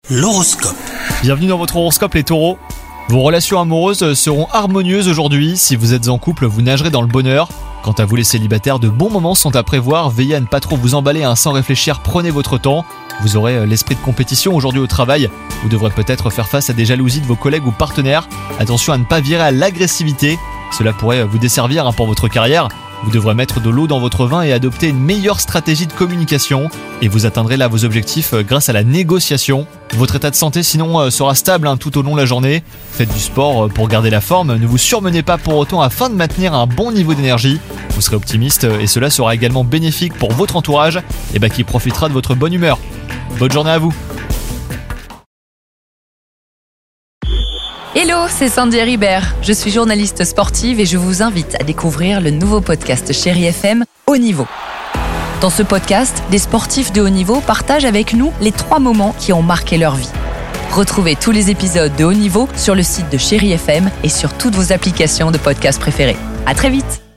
L'horoscope. Bienvenue dans votre horoscope les taureaux. Vos relations amoureuses seront harmonieuses aujourd'hui. Si vous êtes en couple, vous nagerez dans le bonheur. Quant à vous les célibataires, de bons moments sont à prévoir. Veillez à ne pas trop vous emballer, sans réfléchir, prenez votre temps. Vous aurez l'esprit de compétition aujourd'hui au travail. Vous devrez peut-être faire face à des jalousies de vos collègues ou partenaires. Attention à ne pas virer à l'agressivité. Cela pourrait vous desservir pour votre carrière. Vous devrez mettre de l'eau dans votre vin et adopter une meilleure stratégie de communication. Et vous atteindrez là vos objectifs grâce à la négociation. Votre état de santé sinon sera stable tout au long de la journée. Faites du sport pour garder la forme. Ne vous surmenez pas pour autant afin de maintenir un bon niveau d'énergie. Vous serez optimiste et cela sera également bénéfique pour votre entourage qui profitera de votre bonne humeur. Bonne journée à vous. Hello, c'est Sandy Ribert. Je suis journaliste sportive et je vous invite à découvrir le nouveau podcast Chérie FM, Haut Niveau. Dans ce podcast, des sportifs de haut niveau partagent avec nous les 3 moments qui ont marqué leur vie. Retrouvez tous les épisodes de Haut Niveau sur le site de Chérie FM et sur toutes vos applications de podcast préférées. À très vite.